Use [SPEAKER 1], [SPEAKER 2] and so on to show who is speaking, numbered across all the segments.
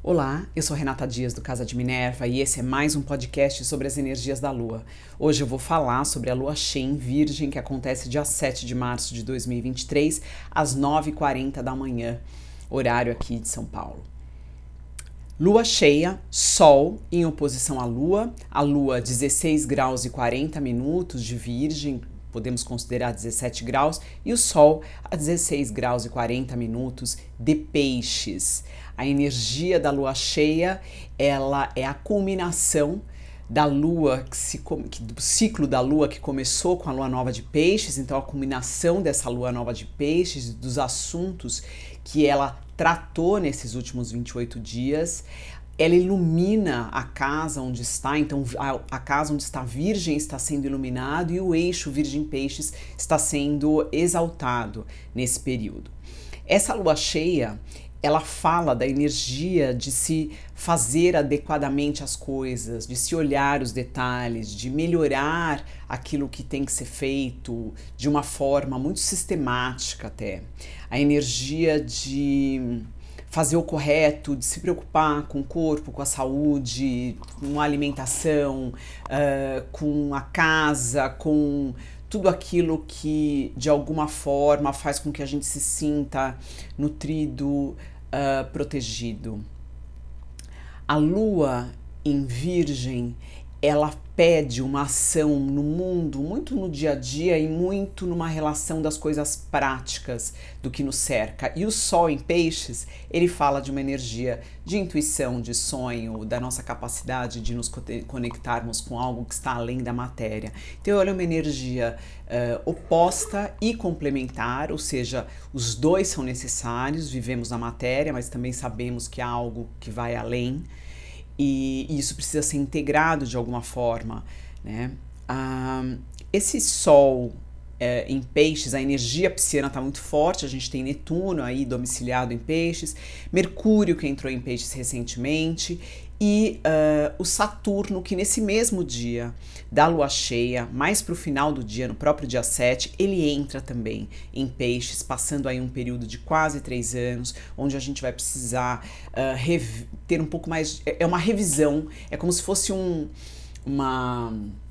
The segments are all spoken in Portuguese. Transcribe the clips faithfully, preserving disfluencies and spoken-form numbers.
[SPEAKER 1] Olá, eu sou Renata Dias do Casa de Minerva e esse é mais um podcast sobre as energias da Lua. Hoje eu vou falar sobre a Lua cheia em Virgem, que acontece dia sete de março de dois mil e vinte e três, às nove e quarenta da manhã, horário aqui de São Paulo. Lua cheia, Sol em oposição à Lua, a Lua dezesseis graus e quarenta minutos de Virgem, podemos considerar dezessete graus, e o Sol a dezesseis graus e quarenta minutos de Peixes. A energia da Lua cheia, ela é a culminação da Lua, que se, que, do ciclo da Lua que começou com a Lua Nova de Peixes, então a culminação dessa Lua Nova de Peixes, dos assuntos que ela tratou nesses últimos vinte e oito dias. Ela ilumina a casa onde está, então a, a casa onde está Virgem está sendo iluminado e o eixo Virgem-Peixes está sendo exaltado nesse período. Essa lua cheia, ela fala da energia de se fazer adequadamente as coisas, de se olhar os detalhes, de melhorar aquilo que tem que ser feito de uma forma muito sistemática até. A energia de fazer o correto, de se preocupar com o corpo, com a saúde, com a alimentação, uh, com a casa, com tudo aquilo que de alguma forma faz com que a gente se sinta nutrido, uh, protegido. A Lua em Virgem, ela pede uma ação no mundo, muito no dia a dia e muito numa relação das coisas práticas do que nos cerca. E o Sol em Peixes, ele fala de uma energia de intuição, de sonho, da nossa capacidade de nos conectarmos com algo que está além da matéria. Então, olha, uma energia uh, oposta e complementar, ou seja, os dois são necessários, vivemos na matéria, mas também sabemos que há algo que vai além. E isso precisa ser integrado de alguma forma, né? Ah, esse Sol é, em Peixes, a energia pisciana está muito forte, a gente tem Netuno aí domiciliado em Peixes, Mercúrio que entrou em Peixes recentemente e uh, o Saturno que nesse mesmo dia da lua cheia, mais para o final do dia, no próprio dia sete, ele entra também em Peixes, passando aí um período de quase três anos, onde a gente vai precisar uh, ter um pouco mais, é uma revisão, é como se fosse um, uma,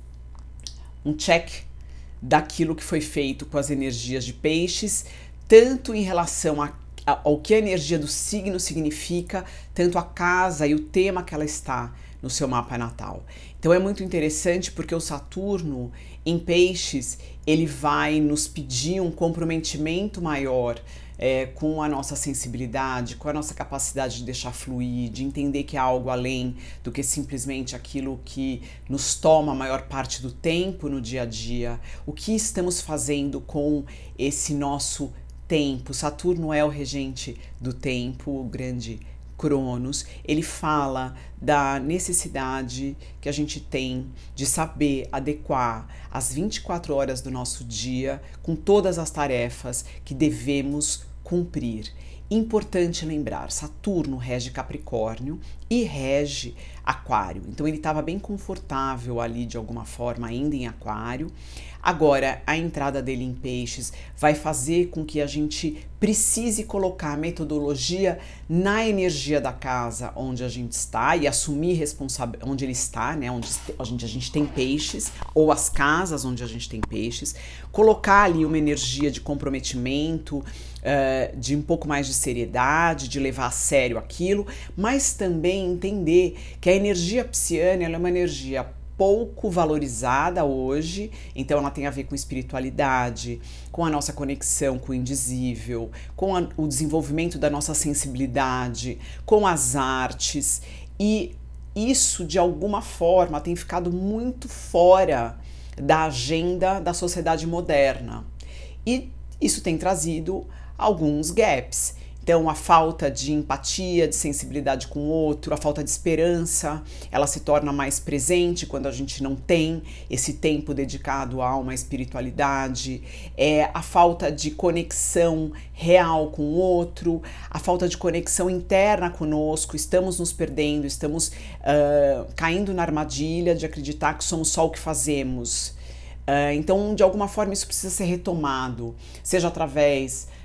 [SPEAKER 1] um check daquilo que foi feito com as energias de Peixes, tanto em relação a ao que a energia do signo significa, tanto a casa e o tema que ela está no seu mapa natal. Então é muito interessante porque o Saturno em Peixes, ele vai nos pedir um comprometimento maior é, com a nossa sensibilidade, com a nossa capacidade de deixar fluir, de entender que há algo além do que simplesmente aquilo que nos toma a maior parte do tempo no dia a dia. O que estamos fazendo com esse nosso tempo? Saturno é o regente do tempo, o grande Cronos. Ele fala da necessidade que a gente tem de saber adequar as vinte e quatro horas do nosso dia com todas as tarefas que devemos cumprir. Importante lembrar, Saturno rege Capricórnio e rege Aquário, então ele estava bem confortável ali de alguma forma ainda em Aquário. Agora a entrada dele em Peixes vai fazer com que a gente precise colocar a metodologia na energia da casa onde a gente está e assumir responsabilidade onde ele está, né, onde a gente, a gente tem Peixes, ou as casas onde a gente tem Peixes, colocar ali uma energia de comprometimento, uh, de um pouco mais de seriedade, de levar a sério aquilo, mas também entender que a energia pisciana ela é uma energia pouco valorizada hoje, então ela tem a ver com espiritualidade, com a nossa conexão com o indizível, com a, o desenvolvimento da nossa sensibilidade, com as artes, e isso de alguma forma tem ficado muito fora da agenda da sociedade moderna, e isso tem trazido alguns gaps. Então, a falta de empatia, de sensibilidade com o outro, a falta de esperança, ela se torna mais presente quando a gente não tem esse tempo dedicado a uma espiritualidade, é a falta de conexão real com o outro, a falta de conexão interna conosco, estamos nos perdendo, estamos uh, caindo na armadilha de acreditar que somos só o que fazemos. Uh, então, de alguma forma, isso precisa ser retomado, seja através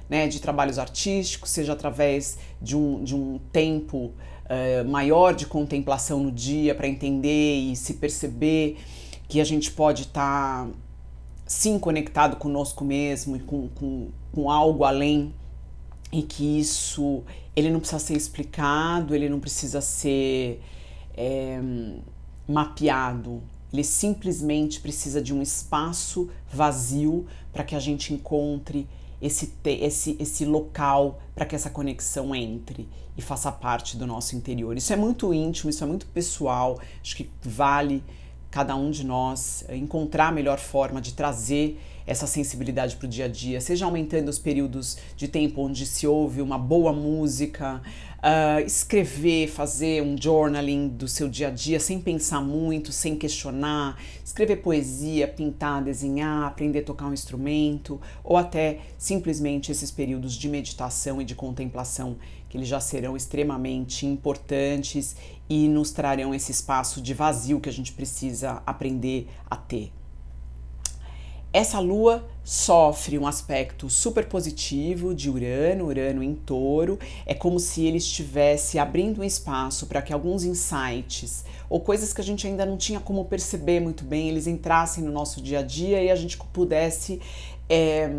[SPEAKER 1] né, de trabalhos artísticos, seja através de um, de um tempo uh, maior de contemplação no dia para entender e se perceber que a gente pode estar tá, sim conectado conosco mesmo e com, com, com algo além, e que isso ele não precisa ser explicado, ele não precisa ser é, mapeado, ele simplesmente precisa de um espaço vazio para que a gente encontre esse, esse, esse local para que essa conexão entre e faça parte do nosso interior. Isso é muito íntimo, isso é muito pessoal, acho que vale cada um de nós encontrar a melhor forma de trazer essa sensibilidade para o dia a dia, seja aumentando os períodos de tempo onde se ouve uma boa música, uh, escrever, fazer um journaling do seu dia a dia sem pensar muito, sem questionar, escrever poesia, pintar, desenhar, aprender a tocar um instrumento, ou até simplesmente esses períodos de meditação e de contemplação, que eles já serão extremamente importantes e nos trarão esse espaço de vazio que a gente precisa aprender a ter. Essa lua sofre um aspecto super positivo de Urano, Urano em Touro. É como se ele estivesse abrindo um espaço para que alguns insights ou coisas que a gente ainda não tinha como perceber muito bem, eles entrassem no nosso dia a dia e a gente pudesse é,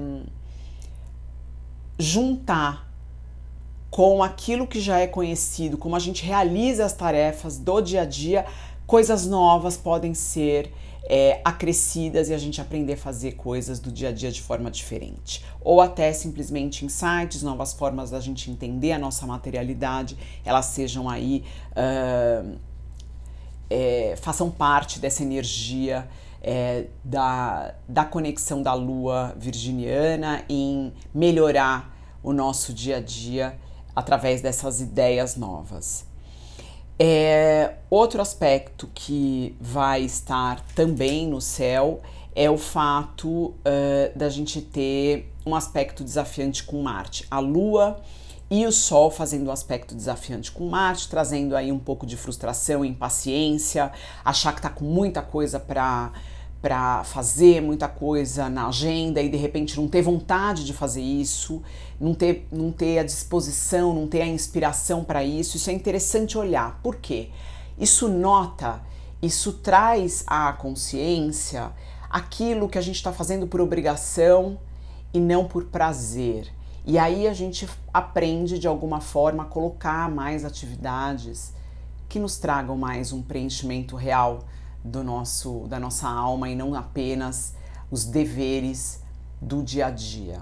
[SPEAKER 1] juntar com aquilo que já é conhecido, como a gente realiza as tarefas do dia a dia, coisas novas podem ser é, acrescidas e a gente aprender a fazer coisas do dia a dia de forma diferente. Ou até simplesmente insights, novas formas da gente entender a nossa materialidade, elas sejam aí, uh, é, façam parte dessa energia é, da, da conexão da lua virginiana em melhorar o nosso dia a dia através dessas ideias novas. É, outro aspecto que vai estar também no céu é o fato uh, da gente ter um aspecto desafiante com Marte. A Lua e o Sol fazendo um aspecto desafiante com Marte, trazendo aí um pouco de frustração, impaciência, achar que tá com muita coisa para para fazer, muita coisa na agenda e de repente não ter vontade de fazer isso, não ter, não ter a disposição, não ter a inspiração para isso. Isso é interessante olhar. Por quê? Isso nota, isso traz à consciência aquilo que a gente está fazendo por obrigação e não por prazer. E aí a gente aprende de alguma forma a colocar mais atividades que nos tragam mais um preenchimento real do nosso, da nossa alma e não apenas os deveres do dia a dia.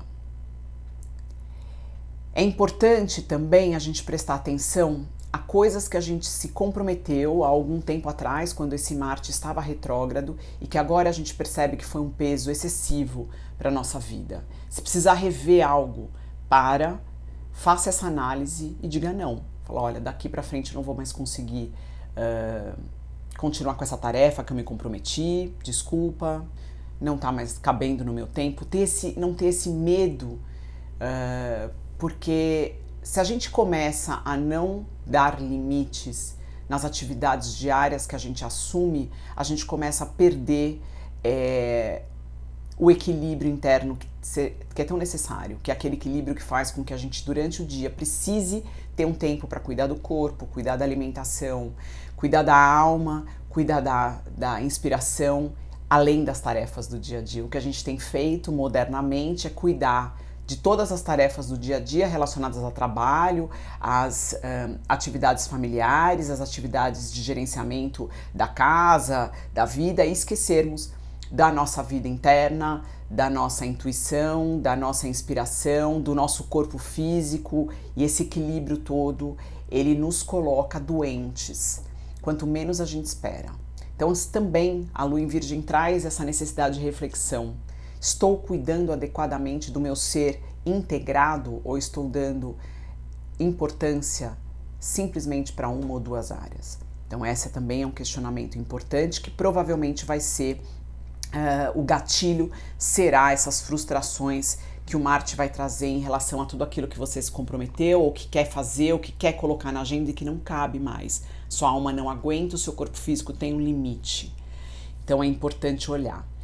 [SPEAKER 1] É importante também a gente prestar atenção a coisas que a gente se comprometeu há algum tempo atrás, quando esse Marte estava retrógrado, e que agora a gente percebe que foi um peso excessivo para a nossa vida. Se precisar rever algo, para, faça essa análise e diga não. Fala, olha, daqui para frente eu não vou mais conseguir uh, continuar com essa tarefa que eu me comprometi, desculpa, não está mais cabendo no meu tempo. Ter esse, não ter esse medo, uh, porque se a gente começa a não dar limites nas atividades diárias que a gente assume, a gente começa a perder é, o equilíbrio interno que, se, que é tão necessário, que é aquele equilíbrio que faz com que a gente durante o dia precise ter um tempo para cuidar do corpo, cuidar da alimentação, cuidar da alma, cuidar da, da inspiração, além das tarefas do dia a dia. O que a gente tem feito modernamente é cuidar de todas as tarefas do dia a dia relacionadas ao trabalho, às um, atividades familiares, às atividades de gerenciamento da casa, da vida, e esquecermos da nossa vida interna, da nossa intuição, da nossa inspiração, do nosso corpo físico, e esse equilíbrio todo, ele nos coloca doentes, quanto menos a gente espera. Então também a Lua em Virgem traz essa necessidade de reflexão. Estou cuidando adequadamente do meu ser integrado ou estou dando importância simplesmente para uma ou duas áreas? Então essa também é um questionamento importante que provavelmente vai ser uh, o gatilho, será essas frustrações que o Marte vai trazer em relação a tudo aquilo que você se comprometeu, ou que quer fazer, ou que quer colocar na agenda e que não cabe mais. Sua alma não aguenta, o seu corpo físico tem um limite. Então é importante olhar.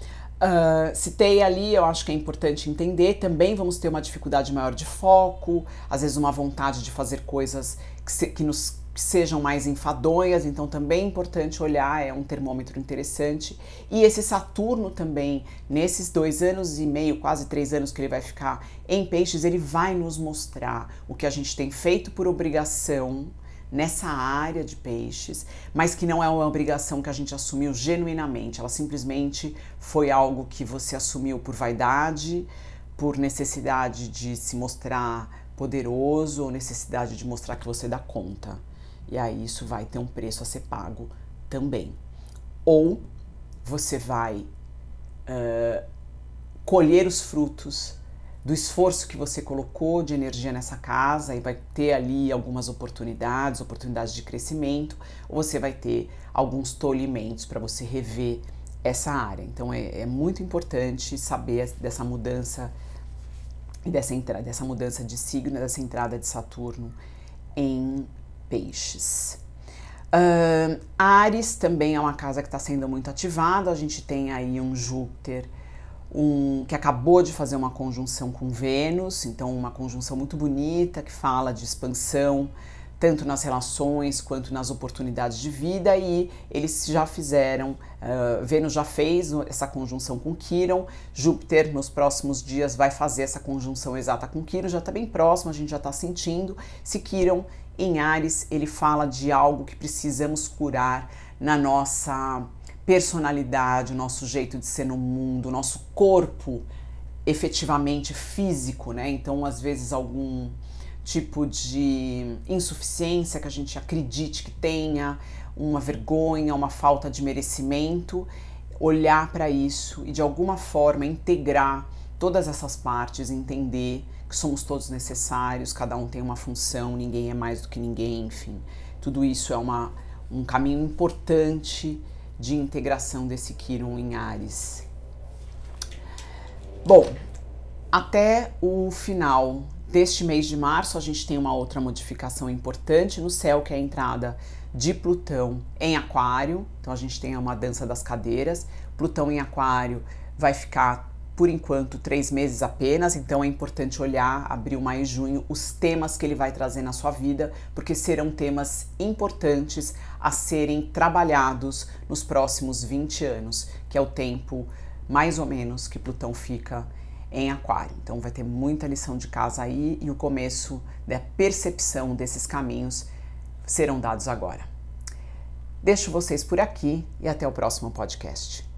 [SPEAKER 1] Uh, citei ali, eu acho que é importante entender, também vamos ter uma dificuldade maior de foco, às vezes uma vontade de fazer coisas que, se, que nos que sejam mais enfadonhas, então também é importante olhar, é um termômetro interessante. E esse Saturno também, nesses dois anos e meio, quase três anos que ele vai ficar em Peixes, ele vai nos mostrar o que a gente tem feito por obrigação nessa área de Peixes, mas que não é uma obrigação que a gente assumiu genuinamente, ela simplesmente foi algo que você assumiu por vaidade, por necessidade de se mostrar poderoso ou necessidade de mostrar que você dá conta. E aí isso vai ter um preço a ser pago também. Ou você vai uh, colher os frutos do esforço que você colocou de energia nessa casa e vai ter ali algumas oportunidades, oportunidades de crescimento, ou você vai ter alguns tolhimentos para você rever essa área. Então é, é muito importante saber dessa mudança e dessa, entrada, dessa mudança de signo, dessa entrada de Saturno em Peixes. Uh, Áries também é uma casa que está sendo muito ativada, a gente tem aí um Júpiter um, que acabou de fazer uma conjunção com Vênus, então uma conjunção muito bonita que fala de expansão, tanto nas relações quanto nas oportunidades de vida, e eles já fizeram, uh, Vênus já fez essa conjunção com Quirón, Júpiter nos próximos dias vai fazer essa conjunção exata com Quirón, já está bem próximo, a gente já está sentindo. Se Quirón em Áries, ele fala de algo que precisamos curar na nossa personalidade, o nosso jeito de ser no mundo, o nosso corpo efetivamente físico, né? Então, às vezes, algum tipo de insuficiência que a gente acredite que tenha, uma vergonha, uma falta de merecimento, olhar para isso e de alguma forma integrar todas essas partes, entender que somos todos necessários, cada um tem uma função, ninguém é mais do que ninguém, enfim. Tudo isso é uma, um caminho importante de integração desse Quirón em Áries. Bom, até o final deste mês de março, a gente tem uma outra modificação importante no céu, que é a entrada de Plutão em Aquário. Então a gente tem uma dança das cadeiras. Plutão em Aquário vai ficar, por enquanto, três meses apenas, então é importante olhar, abril, maio e junho, os temas que ele vai trazer na sua vida, porque serão temas importantes a serem trabalhados nos próximos vinte anos, que é o tempo, mais ou menos, que Plutão fica em Aquário. Então vai ter muita lição de casa aí e o começo da percepção desses caminhos serão dados agora. Deixo vocês por aqui e até o próximo podcast.